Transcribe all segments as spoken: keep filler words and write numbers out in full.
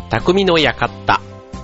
匠の館。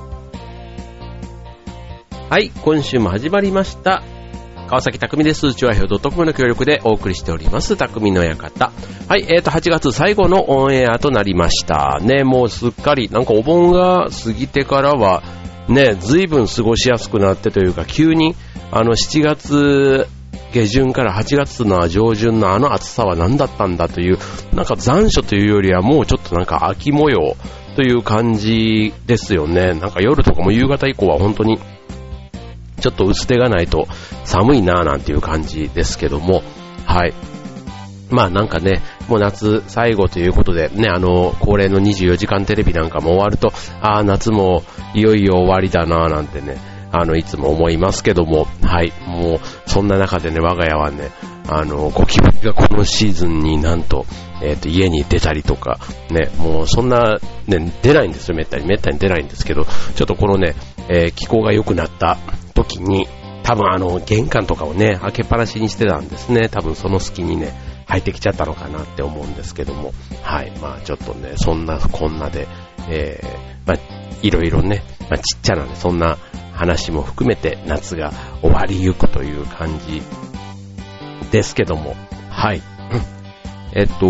はい、今週も始まりました。川崎匠です。チュアヘオ .com の協力でお送りしております。匠の館。はい、えーと、はちがつ最後のオンエアとなりましたね。もうすっかり、なんかお盆が過ぎてからは、ね、随分過ごしやすくなってというか、急に、あの、しちがつ下旬からはちがつの上旬のあの暑さは何だったんだという、なんか残暑というよりはもうちょっとなんか秋模様という感じですよね。なんか夜とかも夕方以降は本当に、ちょっと薄手がないと寒いなぁなんていう感じですけども、はい。まあなんかね、もう夏最後ということでね、あの恒例のにじゅうよじかんテレビなんかも終わると、ああ夏もいよいよ終わりだなぁなんてね、あのいつも思いますけども、はい。もうそんな中でね、我が家はね、あのゴキブリがこのシーズンになんと、えっと家に出たりとかね、もうそんなね出ないんですよ、めったにめったに出ないんですけど、ちょっとこのね、えー、気候が良くなった時に、多分あの玄関とかをね開けっぱなしにしてたんですね。多分その隙にね入ってきちゃったのかなって思うんですけども、はい。まあちょっとね、そんなこんなで、えー、まあいろいろね、まあ、ちっちゃなねそんな話も含めて夏が終わりゆくという感じですけども、はい。えっと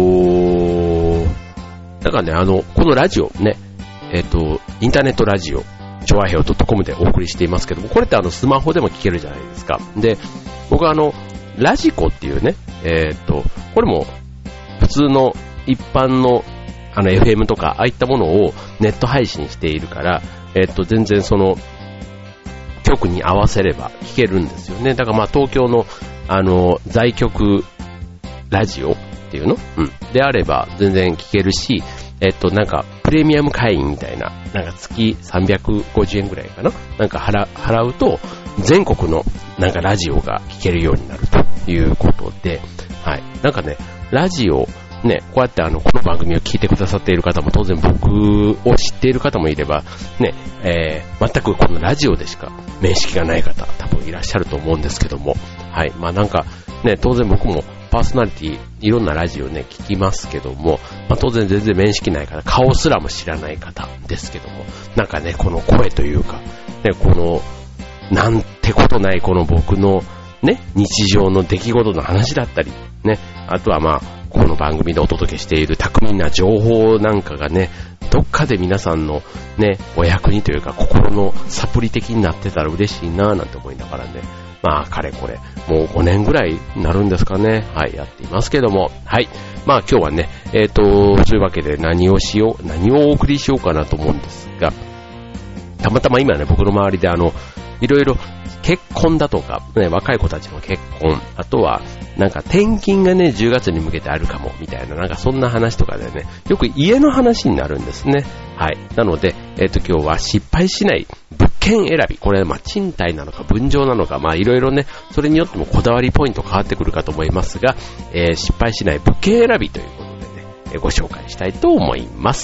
なんかね、あのこのラジオね、えっとインターネットラジオチョアヘオ .com でお送りしていますけども、これってあのスマホでも聞けるじゃないですか。で、僕はあのラジコっていうね、えー、っとこれも普通の一般のあの エフエム とかああいったものをネット配信しているから、えー、っと全然その局に合わせれば聞けるんですよね。だからまあ東京のあの在局ラジオっていうの、うん、であれば全然聞けるし、えっとなんかプレミアム会員みたいな、なんか月さんびゃくごじゅうえんぐらいかな、なんか 払, 払うと全国のなんかラジオが聞けるようになるということで、はい。なんかね、ラジオね、こうやってあのこの番組を聞いてくださっている方も当然僕を知っている方もいればね、えー、全くこのラジオでしか面識がない方多分いらっしゃると思うんですけども、はい。まあなんかね、当然僕もパーソナリティいろんなラジオね聞きますけども、まあ、当然全然面識ないから顔すらも知らない方ですけども、なんかねこの声というかね、このなんてことないこの僕のね日常の出来事の話だったりね、あとはまあこの番組でお届けしている巧みな情報なんかがね、どっかで皆さんのねお役にというか心のサプリ的になってたら嬉しいななんて思いながらね、まあ、かれこれ、もうごねんぐらいになるんですかね。はい、やっていますけども。はい。まあ今日はね、えっと、そういうわけで何をしよう、何をお送りしようかなと思うんですが、たまたま今ね、僕の周りであの、いろいろ結婚だとか、ね、若い子たちの結婚、あとは、なんか転勤がね、じゅうがつに向けてあるかも、みたいな、なんかそんな話とかでね、よく家の話になるんですね。はい。なので、えっと今日は失敗しない物件選び。これ、まあ、賃貸なのか分譲なのか、まあ、いろいろね、それによってもこだわりポイント変わってくるかと思いますが、えー、失敗しない物件選びということでね、えー、ご紹介したいと思います。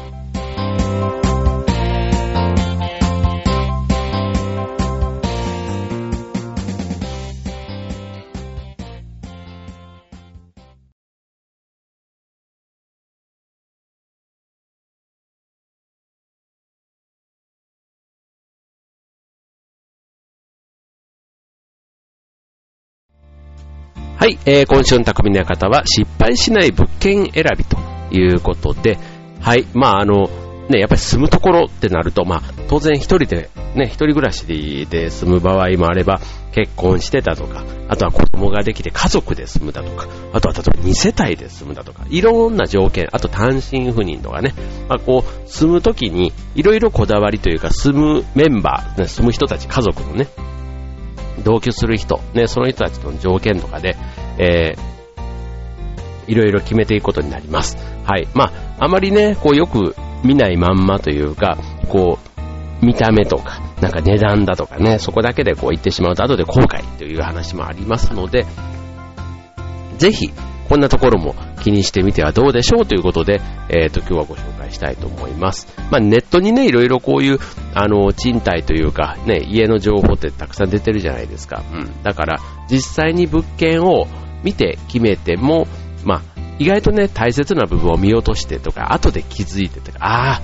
はい、えー、今週の匠の館は失敗しない物件選びということで、はい、まああのね、やっぱり住むところってなると、まあ当然一人でね、一人暮らしで住む場合もあれば、結婚してたとか、あとは子供ができて家族で住むだとか、あとは例えば二世帯で住むだとか、いろんな条件、あと単身赴任とかね、まあこう住むときにいろいろこだわりというか、住むメンバー、ね、住む人たち、家族のね、同居する人、ね、その人たちの条件とかで、えー、いろいろ決めていくことになります。はい。まあ、あまりね、こうよく見ないまんまというか、こう、見た目とか、なんか値段だとかね、そこだけでこう言ってしまうと後で後悔という話もありますので、ぜひ、こんなところも気にしてみてはどうでしょうということで、えっと、今日はご紹介したいと思います。まあ、ネットにね、いろいろこういう、あの、賃貸というか、ね、家の情報ってたくさん出てるじゃないですか。うん。だから、実際に物件を見て決めても、まあ、意外とね、大切な部分を見落としてとか、後で気づいてとか、ああ、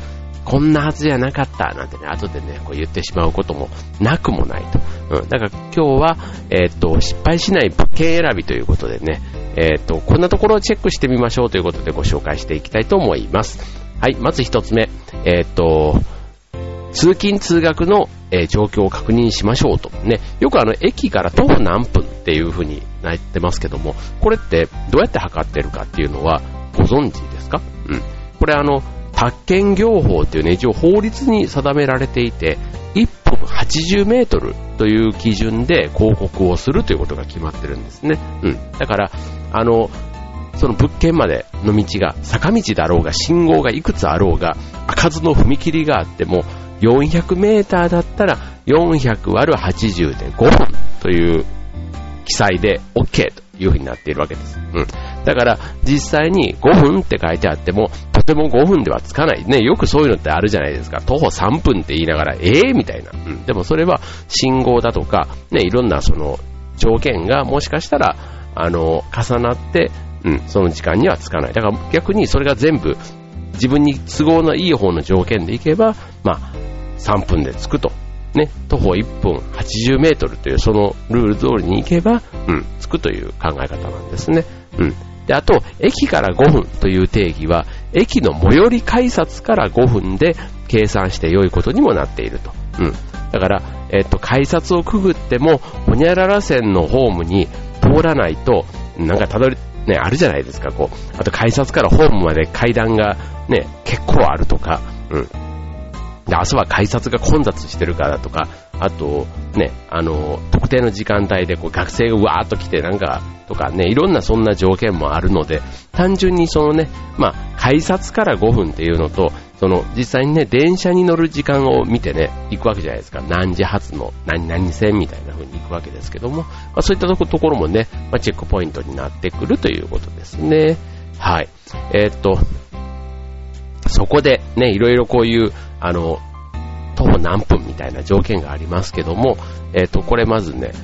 こんなはずじゃなかったなんてね、後でね、こう言ってしまうこともなくもないと。うん、だから今日は、えっと、失敗しない物件選びということでね、えっと、こんなところをチェックしてみましょうということでご紹介していきたいと思います。はい、まず一つ目、えっと、通勤通学の、えー、状況を確認しましょうと。ね、よくあの、駅から徒歩何分っていう風になってますけども、これってどうやって測ってるかっていうのはご存知ですか？うん。これあの、宅建業法っていうね、一応法律に定められていて、いっぷんはちじゅうメートルという基準で広告をするということが決まってるんですね。うん。だから、あの、その物件までの道が坂道だろうが信号がいくつあろうが開かずの踏切があってもよんひゃくメーターだったらよんひゃくわるはちじゅうでごふんという記載で OK という風になっているわけです。うん。だから実際にごふんって書いてあってもとてもごふんではつかないね。よくそういうのってあるじゃないですか。徒歩さんぷんって言いながらえーみたいな。うん。でもそれは信号だとかね、いろんなその条件がもしかしたらあの重なってうん、その時間にはつかない。だから逆にそれが全部自分に都合のいい方の条件でいけば、まあさんぷんで着くと。ね、徒歩いっぷんはちじゅうメートルというそのルール通りに行けば、うん、着くという考え方なんですね。うん。で、あと、駅からごふんという定義は、駅の最寄り改札からごふんで計算して良いことにもなっていると。うん。だから、えっと、改札をくぐっても、ほにゃらら線のホームに通らないと、なんかたどり、ね、あるじゃないですか、こう。あと改札からホームまで階段がね、結構あるとか、うん。で、朝は改札が混雑してるからとか、あと、ね、あの、特定の時間帯でこう学生がうわーっと来てなんか、とかね、いろんなそんな条件もあるので、単純にそのね、まあ、改札からごふんっていうのと、その実際にね、電車に乗る時間を見てね、行くわけじゃないですか。何時発の何々線みたいな風に行くわけですけども、まあ、そういったところもね、まあ、チェックポイントになってくるということですね。はい。えー、っと、そこでね、いろいろこういう、あの、徒歩何分みたいな条件がありますけども、えー、っと、これまずね、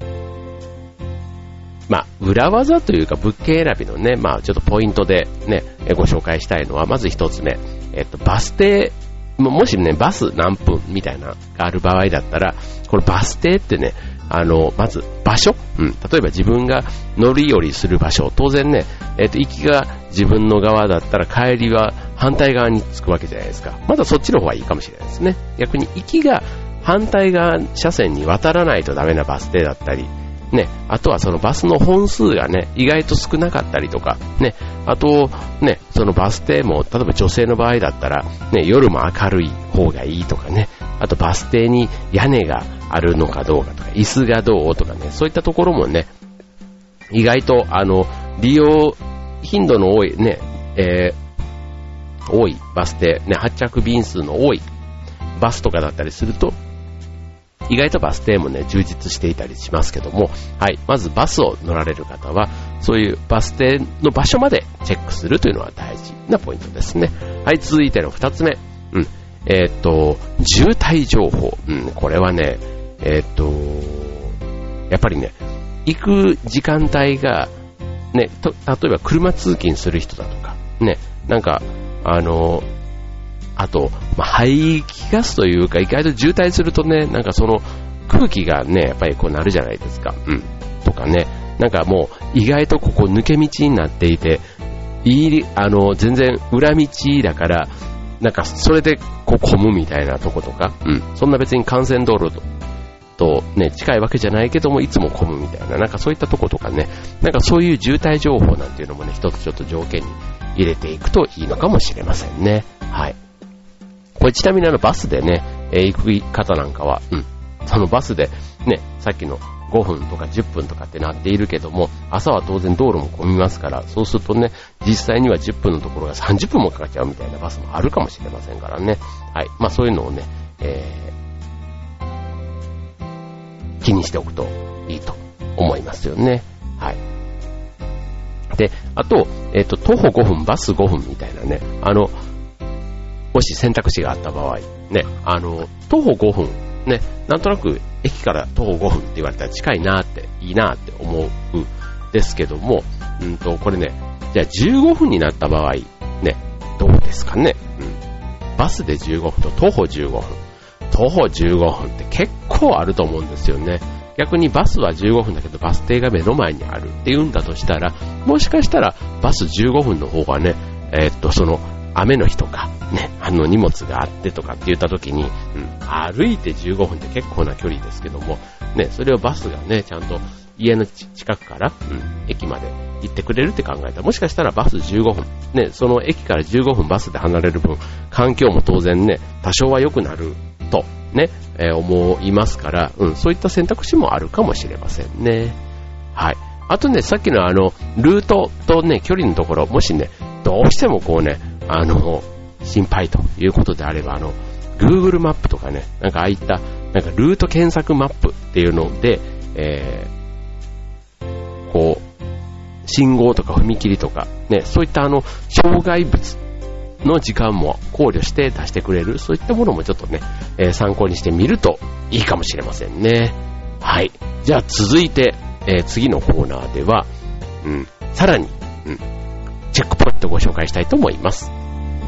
まあ、裏技というか物件選びのね、まあ、ちょっとポイントでね、ご紹介したいのは、まず一つ目、えっと、バス停、もしね、バス何分みたいなのがある場合だったら、このバス停ってね、あの、まず場所、うん、例えば自分が乗り降りする場所、当然ね、えっと、行きが自分の側だったら帰りは反対側に着くわけじゃないですか。まだそっちの方がいいかもしれないですね。逆に行きが反対側車線に渡らないとダメなバス停だったり、ね、あとはそのバスの本数がね、意外と少なかったりとか、ね、あと、ね、そのバス停も、例えば女性の場合だったら、ね、夜も明るい方がいいとかね、あとバス停に屋根があるのかどうかとか、椅子がどうとかね、そういったところもね、意外と、あの、利用頻度の多い、ね、えー、多いバス停、ね、発着便数の多いバスとかだったりすると、意外とバス停もね、充実していたりしますけども、はい、まずバスを乗られる方は、そういうバス停の場所までチェックするというのは大事なポイントですね。はい、続いての二つ目。うん。えーっと、渋滞情報。うん、これはね、えーっと、やっぱりね、行く時間帯が、ね、と、例えば車通勤する人だとか、ね、なんか、あの、あと、まあ、排気ガスというか、意外と渋滞するとね、なんかその空気がね、やっぱりこうなるじゃないですか。うん。とかね、なんかもう意外とここ抜け道になっていて、いい、あの、全然裏道だから、なんかそれでこう混むみたいなとことか、うん。そんな別に幹線道路と、とね、近いわけじゃないけども、いつも混むみたいな、なんかそういったとことかね、なんかそういう渋滞情報なんていうのもね、一つちょっと条件に入れていくといいのかもしれませんね。はい。これちなみにあのバスでね、えー、行く方なんかは、うん、そのバスでね、さっきのごふんとかじゅっぷんとかってなっているけども、朝は当然道路も混みますから、そうするとね、実際にはじゅっぷんのところがさんじゅっぷんもかかっちゃうみたいなバスもあるかもしれませんからね。はい。まあそういうのをね、えー、気にしておくといいと思いますよね。はい。で、あと、えっと、徒歩ごふん、バスごふんみたいなね、あの、もし選択肢があった場合、ね、あの、徒歩ごふん、ね、なんとなく駅から徒歩ごふんって言われたら近いなって、いいなって思うですけども、うんと、これね、じゃあじゅうごふんになった場合、ね、どうですかね。うん。 バスでじゅうごふんと徒歩じゅうごふん。徒歩じゅうごふんって結構あると思うんですよね。逆にバスはじゅうごふんだけどバス停が目の前にあるっていうんだとしたら、もしかしたらバスじゅうごふんの方がね、えー、っとその雨の日とかね、あの荷物があってとかって言った時に、うん、歩いてじゅうごふんって結構な距離ですけども、ね、それをバスがね、ちゃんと家の近くから、うん、駅まで行ってくれるって考えたら、もしかしたらバスじゅうごふん、ね、その駅からじゅうごふんバスで離れる分、環境も当然ね、多少は良くなるとね、えー、思いますから、うん、そういった選択肢もあるかもしれませんね。はい。あとね、さっきのあの、ルートとね、距離のところ、もしね、どうしてもこうね、あの、心配ということであれば、あの、Google マップとかね、なんかああいった、なんかルート検索マップっていうので、えー、こう、信号とか踏切とか、ね、そういったあの、障害物の時間も考慮して出してくれる、そういったものもちょっとね、えー、参考にしてみるといいかもしれませんね。はい。じゃあ続いて、えー、次のコーナーでは、うん、さらに、うん、チェックポイントをご紹介したいと思います。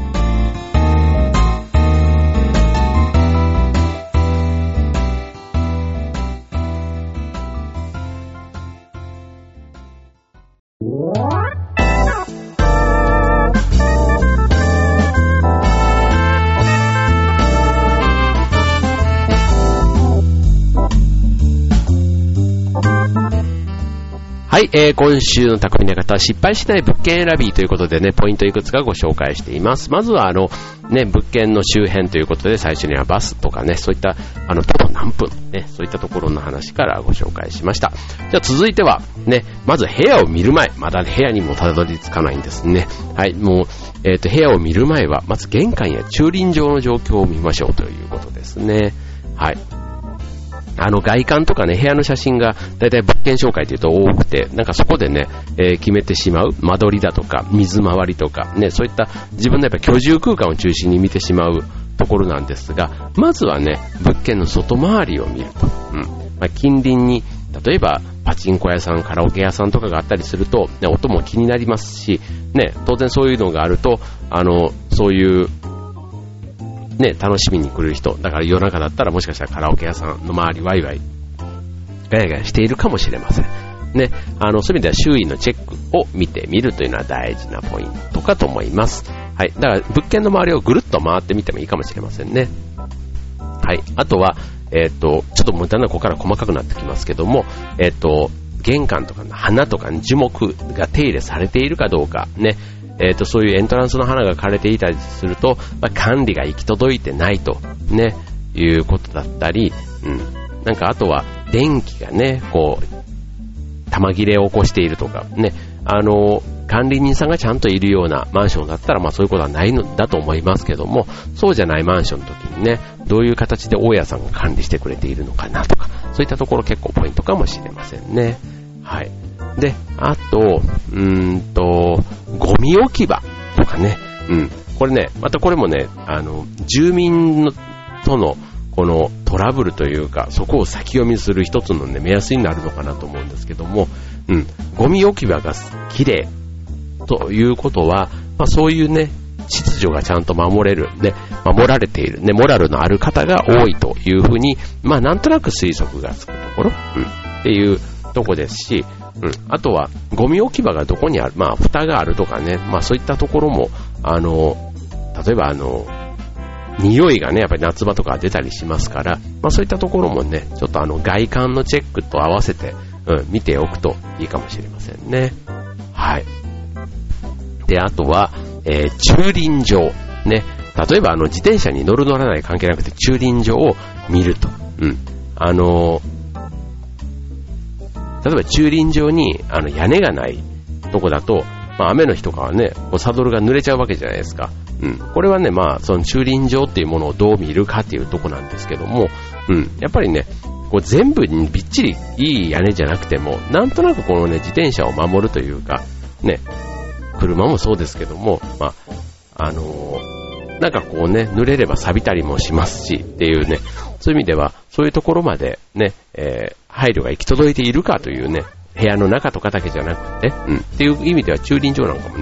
はい、えー、今週の匠の方は失敗しない物件選びということでね、ポイントいくつかご紹介しています。まずはあの、ね、物件の周辺ということで、最初にはバスとかね、そういった、あの、徒歩何分、ね、そういったところの話からご紹介しました。じゃあ続いては、ね、まず部屋を見る前、まだ部屋にもたどり着かないんですね。はい、もう、えっと、部屋を見る前は、まず玄関や駐輪場の状況を見ましょうということですね。はい。あの外観とかね、部屋の写真がだいたい物件紹介というと多くて、なんかそこでね、えー、決めてしまう間取りだとか水回りとかね、そういった自分のやっぱ居住空間を中心に見てしまうところなんですが、まずはね、物件の外回りを見ると、うん、まあ、近隣に例えばパチンコ屋さん、カラオケ屋さんとかがあったりすると、ね、音も気になりますし、ね、当然そういうのがあると、あのそういうね、楽しみに来る人、だから夜中だったらもしかしたらカラオケ屋さんの周りワイワイガヤガヤしているかもしれませんね。あのそういう意味では周囲のチェックを見てみるというのは大事なポイントかと思います。はい、だから物件の周りをぐるっと回ってみてもいいかもしれませんね。はい、あとはえっとちょっともうだんだんここから細かくなってきますけども、えっと玄関とかの花とか樹木が手入れされているかどうかね。えーと、そういうエントランスの花が枯れていたりすると、まあ、管理が行き届いてないとね、いうことだったり、うん、なんかあとは電気がね、こう玉切れを起こしているとかね、あの管理人さんがちゃんといるようなマンションだったら、まあそういうことはないのだと思いますけども、そうじゃないマンションの時にね、どういう形で大家さんが管理してくれているのかなとか、そういったところ結構ポイントかもしれませんね。はい。で、あと、うーんと、ゴミ置き場とかね、うん、これね、またこれもね、あの、住民のとのこのトラブルというか、そこを先読みする一つのね、目安になるのかなと思うんですけども、うん、ゴミ置き場が綺麗ということは、まあそういうね、秩序がちゃんと守れる、ね、守られている、ね、モラルのある方が多いというふうに、まあなんとなく推測がつくところ、うん、っていうとこですし、うん、あとはゴミ置き場がどこにある、まあ蓋があるとかね、まあそういったところも、あの例えばあの匂いがねやっぱり夏場とか出たりしますから、まあそういったところもねちょっとあの外観のチェックと合わせて、うん、見ておくといいかもしれませんね。はい。であとは、えー、駐輪場ね、例えばあの自転車に乗る乗らない関係なくて駐輪場を見ると、うん、あの例えば駐輪場にあの屋根がないとこだと、まあ、雨の日とかはねこうサドルが濡れちゃうわけじゃないですか、うん、これはねまあその駐輪場っていうものをどう見るかっていうとこなんですけども、うん、やっぱりねこう全部にびっちりいい屋根じゃなくてもなんとなくこのね自転車を守るというかね、車もそうですけども、まああのー、なんかこうね濡れれば錆びたりもしますしっていうね、そういう意味ではそういうところまでね、えー、配慮が行き届いているかというね、部屋の中とかだけじゃなくて、うん、っていう意味では駐輪場なんかもね、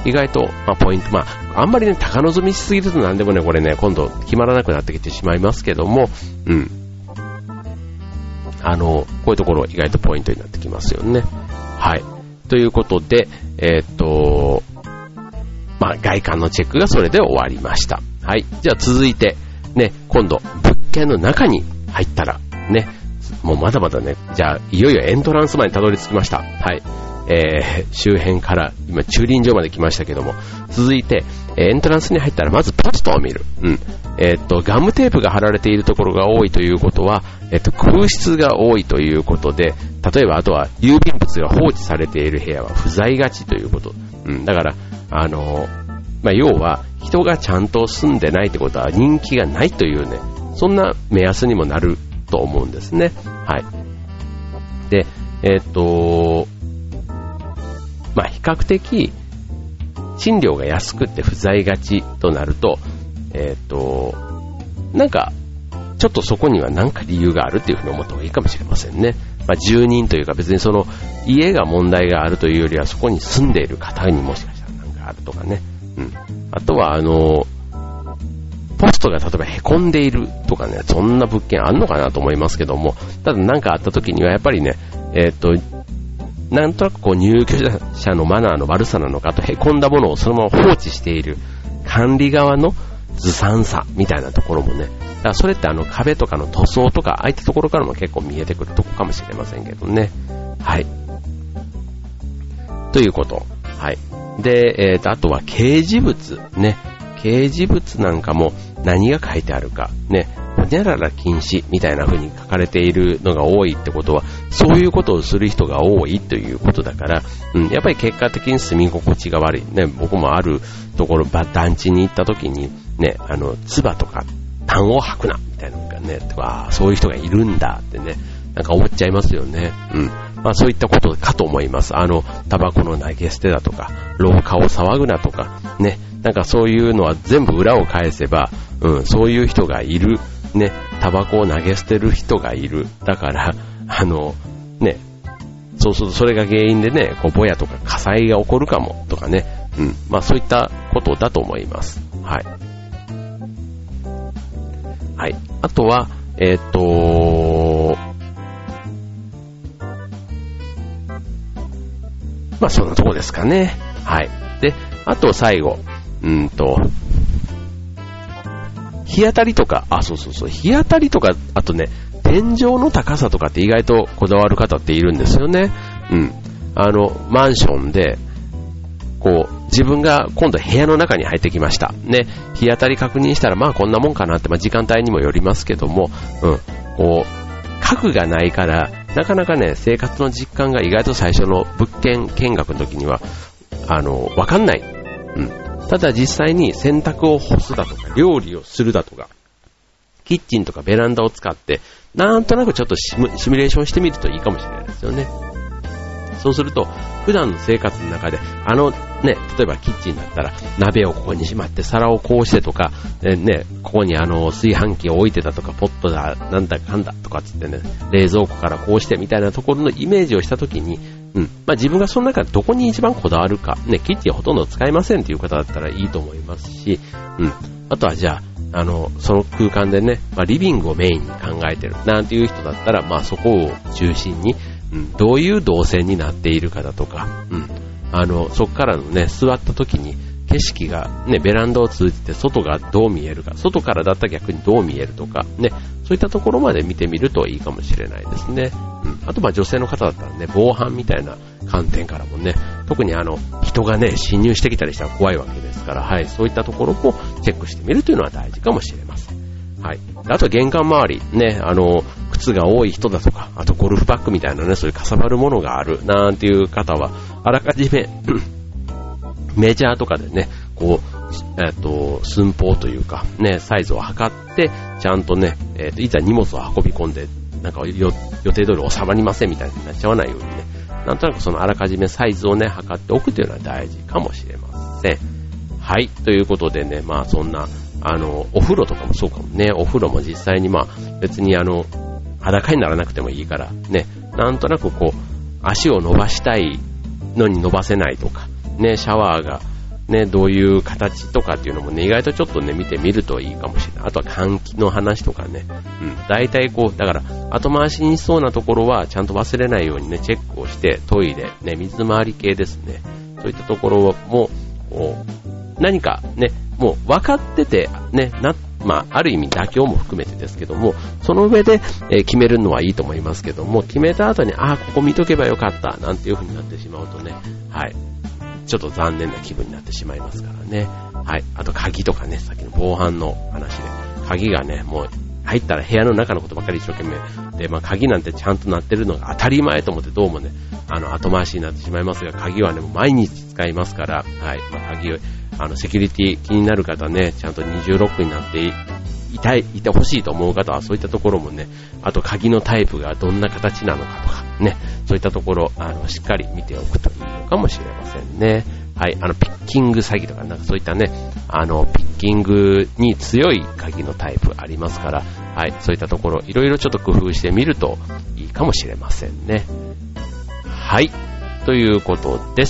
意外と、まあ、ポイント、まあ、あんまりね、高望みしすぎると何でもね、これね、今度決まらなくなってきてしまいますけども、うん。あの、こういうところ意外とポイントになってきますよね。はい。ということで、えー、っと、まあ、外観のチェックがそれで終わりました。はい。じゃあ続いて、ね、今度、物件の中に入ったら、ね、もうまだまだね、じゃあ、いよいよエントランスまでたどり着きました。はい。えー、周辺から今駐輪場まで来ましたけども、続いてエントランスに入ったらまずポストを見る。うん。えー、っとガムテープが貼られているところが多いということは、えー、っと空室が多いということで、例えばあとは郵便物が放置されている部屋は不在がちということ。うん。だからあのー、まあ要は人がちゃんと住んでないってことは人気がないというね、そんな目安にもなると思うんですね。はい。で、えー、っとまあ比較的賃料が安くて不在がちとなると、えっと、なんかちょっとそこには何か理由があるっていうふうに思った方がいいかもしれませんね。まあ住人というか別にその家が問題があるというよりはそこに住んでいる方にもしかしたら何かあるとかね。うん。あとはあの、ポストが例えば凹んでいるとかね、そんな物件あんのかなと思いますけども、ただ何かあった時にはやっぱりね、えっと、なんとなくこう入居者のマナーの悪さなのか、あと凹んだものをそのまま放置している管理側のずさんさみたいなところもね、だからそれってあの壁とかの塗装とかああいったところからも結構見えてくるとこかもしれませんけどね。はい。ということ。はい。で、えーと、あとは掲示物ね。掲示物なんかも何が書いてあるかね。ほにゃらら禁止みたいな風に書かれているのが多いってことは、そういうことをする人が多いということだから、うん、やっぱり結果的に住み心地が悪い。ね、僕もあるところ、団地に行った時に、ね、あの、唾とか痰を吐くな、みたいなのがね、わあ、そういう人がいるんだってね、なんか思っちゃいますよね。うん。まあそういったことかと思います。あの、タバコの投げ捨てだとか、廊下を騒ぐなとか、ね、なんかそういうのは全部裏を返せば、うん、そういう人がいる。ね、タバコを投げ捨てる人がいる。だから、あの、ね、そうするとそれが原因でね、こうぼやとか火災が起こるかもとかね、うん、まあそういったことだと思います。はい。はい。あとは、えっと、まあそんなとこですかね。はい。で、あと最後、うんと、日当たりとか、あ、そうそうそう、日当たりとか、あとね、天井の高さとかって意外とこだわる方っているんですよね。うん。あの、マンションで、こう、自分が今度部屋の中に入ってきました。ね、日当たり確認したら、まあこんなもんかなって、まあ時間帯にもよりますけども、うん。こう、家具がないから、なかなかね、生活の実感が意外と最初の物件見学の時には、あの、わかんない。うん。ただ実際に洗濯を干すだとか、料理をするだとか、キッチンとかベランダを使って、なんとなくちょっとシミュレーションしてみるといいかもしれないですよね。そうすると、普段の生活の中で、あのね、例えばキッチンだったら、鍋をここにしまって、皿をこうしてとか、ね、ねここにあの、炊飯器を置いてたとか、ポットだ、なんだかんだとかつってね、冷蔵庫からこうしてみたいなところのイメージをしたときに、うん。まあ自分がその中でどこに一番こだわるか、ね、キッチンほとんど使いませんっていう方だったらいいと思いますし、うん。あとはじゃあ、あの、その空間でね、まあリビングをメインに考えてるなんていう人だったら、まあそこを中心に、うん、どういう動線になっているかだとか、うん。あの、そこからのね、座った時に、景色がね、ベランダを通じて外がどう見えるか、外からだったら逆にどう見えるとか、ね、そういったところまで見てみるといいかもしれないですね。うん、あとまあ女性の方だったらね、防犯みたいな観点からもね、特にあの、人がね、侵入してきたりしたら怖いわけですから、はい、そういったところもチェックしてみるというのは大事かもしれません。はい。あと玄関周り、ね、あの、靴が多い人だとか、あとゴルフバッグみたいなね、そういうかさばるものがあるなんていう方は、あらかじめ、メジャーとかでね、こう、えっと、寸法というか、ね、サイズを測って、ちゃんとね、えっと、いざ荷物を運び込んで、なんか予定通り収まりませんみたいになっちゃわないようにね、なんとなくそのあらかじめサイズをね、測っておくというのは大事かもしれません。はい、ということでね、まあそんな、あの、お風呂とかもそうかもね、お風呂も実際にまあ、別にあの、裸にならなくてもいいから、ね、なんとなくこう、足を伸ばしたいのに伸ばせないとか、ね、シャワーが、 ね、どういう形とかっていうのもね、意外とちょっとね、見てみるといいかもしれない。あとは換気の話とかね。うん。大体こう、だから、後回しにしそうなところは、ちゃんと忘れないようにね、チェックをして、トイレ、ね、水回り系ですね。そういったところも、こう、何かね、もう分かってて、ね、な、まあ、ある意味妥協も含めてですけども、その上で、えー、決めるのはいいと思いますけども、決めた後に、ああ、ここ見とけばよかった、なんていう風になってしまうとね、はい。ちょっと残念な気分になってしまいますからね。はい。あと鍵とかね、さっきの防犯の話で、鍵がね、もう入ったら部屋の中のことばっかり一生懸命で、まあ鍵なんてちゃんと鳴ってるのが当たり前と思ってどうもね、あの後回しになってしまいますが、鍵はね、もう毎日使いますから、はい。まあ鍵を、あのセキュリティ気になる方ね、ちゃんと二重ロックになっていたい、いてほしいと思う方はそういったところもね、あと鍵のタイプがどんな形なのかとかね、そういったところ、あの、しっかり見ておくといいのかもしれませんね。はい、あの、ピッキング詐欺とか、なんかそういったね、あの、ピッキングに強い鍵のタイプありますから、はい、そういったところ、いろいろちょっと工夫してみるといいかもしれませんね。はい、ということです。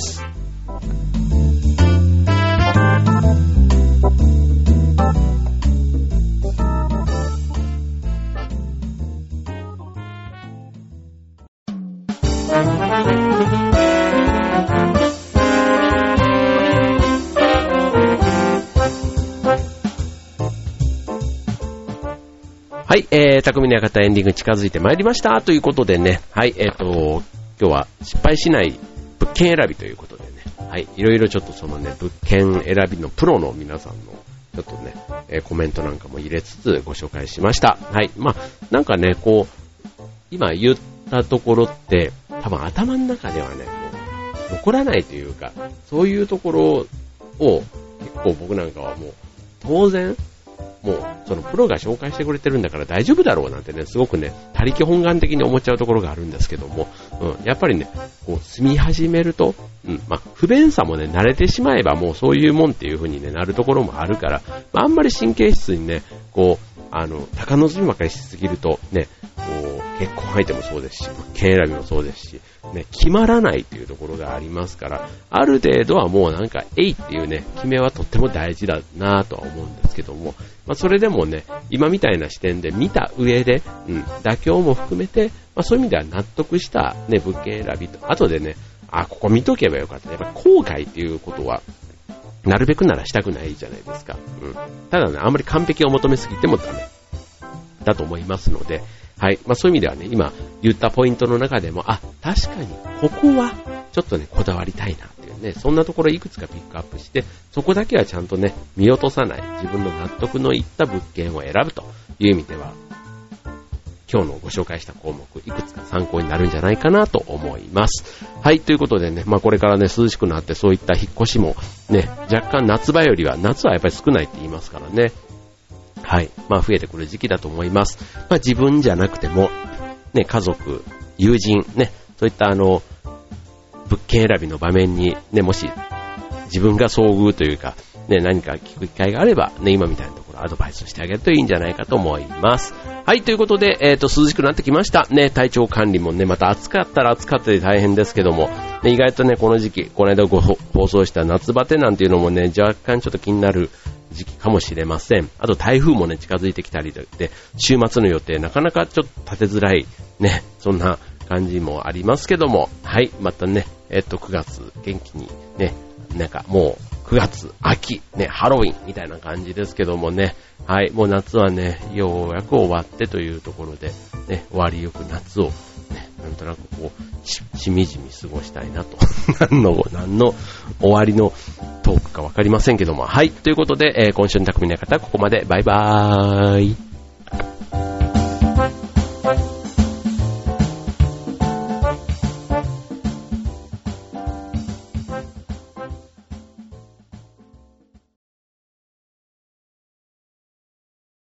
はい、えー、匠の館エンディング近づいてまいりましたということでね、はい、えーと、今日は失敗しない物件選びということでね、はい、いろいろちょっとそのね、物件選びのプロの皆さんのちょっとね、えー、コメントなんかも入れつつご紹介しました。はい、まあ、なんかね、こう、今言ったところって、多分頭の中ではね、もう残らないというか、そういうところを結構僕なんかはもう当然、もうそのプロが紹介してくれてるんだから大丈夫だろうなんてね、すごくね、他力本願的に思っちゃうところがあるんですけども、うん、やっぱりね、こう住み始めると、うん、まあ不便さもね、慣れてしまえばもうそういうもんっていう風に、ね、なるところもあるから、まあ、あんまり神経質にね、こう、あの、高望みばかりしすぎると、ね、こう、結婚相手もそうですし、物件選びもそうですし、ね、決まらないっていうところがありますから、ある程度はもうなんか、えいっていうね、決めはとっても大事だなとは思うんですけども、まあそれでもね、今みたいな視点で見た上で、うん、妥協も含めて、まあそういう意味では納得したね、物件選びと、後でね、あ、ここ見とけばよかった。やっぱ後悔っていうことは、なるべくならしたくないじゃないですか。うん。ただね、あんまり完璧を求めすぎてもダメだと思いますので、はい。まあそういう意味ではね、今言ったポイントの中でも、あ、確かにここはちょっとね、こだわりたいなっていうね、そんなところいくつかピックアップして、そこだけはちゃんとね、見落とさない、自分の納得のいった物件を選ぶという意味では、今日のご紹介した項目、いくつか参考になるんじゃないかなと思います。はい、ということでね、まあこれからね、涼しくなってそういった引っ越しもね、若干夏場よりは、夏はやっぱり少ないって言いますからね。はい。まあ増えてくる時期だと思います。まあ自分じゃなくても、ね、家族、友人、ね、そういったあの、物件選びの場面にね、もし自分が遭遇というか、ね、何か聞く機会があれば、ね、今みたいなところアドバイスしてあげるといいんじゃないかと思います。はい、ということで、えっと、涼しくなってきました。ね、体調管理もね、また暑かったら暑かったで大変ですけども、ね、意外とね、この時期、この間ご放送した夏バテなんていうのもね、若干ちょっと気になる時期かもしれません。あと台風もね、近づいてきたりで、週末の予定なかなかちょっと立てづらい、ね、そんな感じもありますけども、はい、またね、えっと、くがつ元気にね、なんかもう、くがつ、秋、ね、ハロウィンみたいな感じですけどもね、はい、もう夏はね、ようやく終わってというところで、ね、終わりよく夏を、ね、なんとなくこう、し、しみじみ過ごしたいなと。何の、何の終わりのトークかわかりませんけども、はい、ということで、えー、今週の匠の方はここまで、バイバーイ。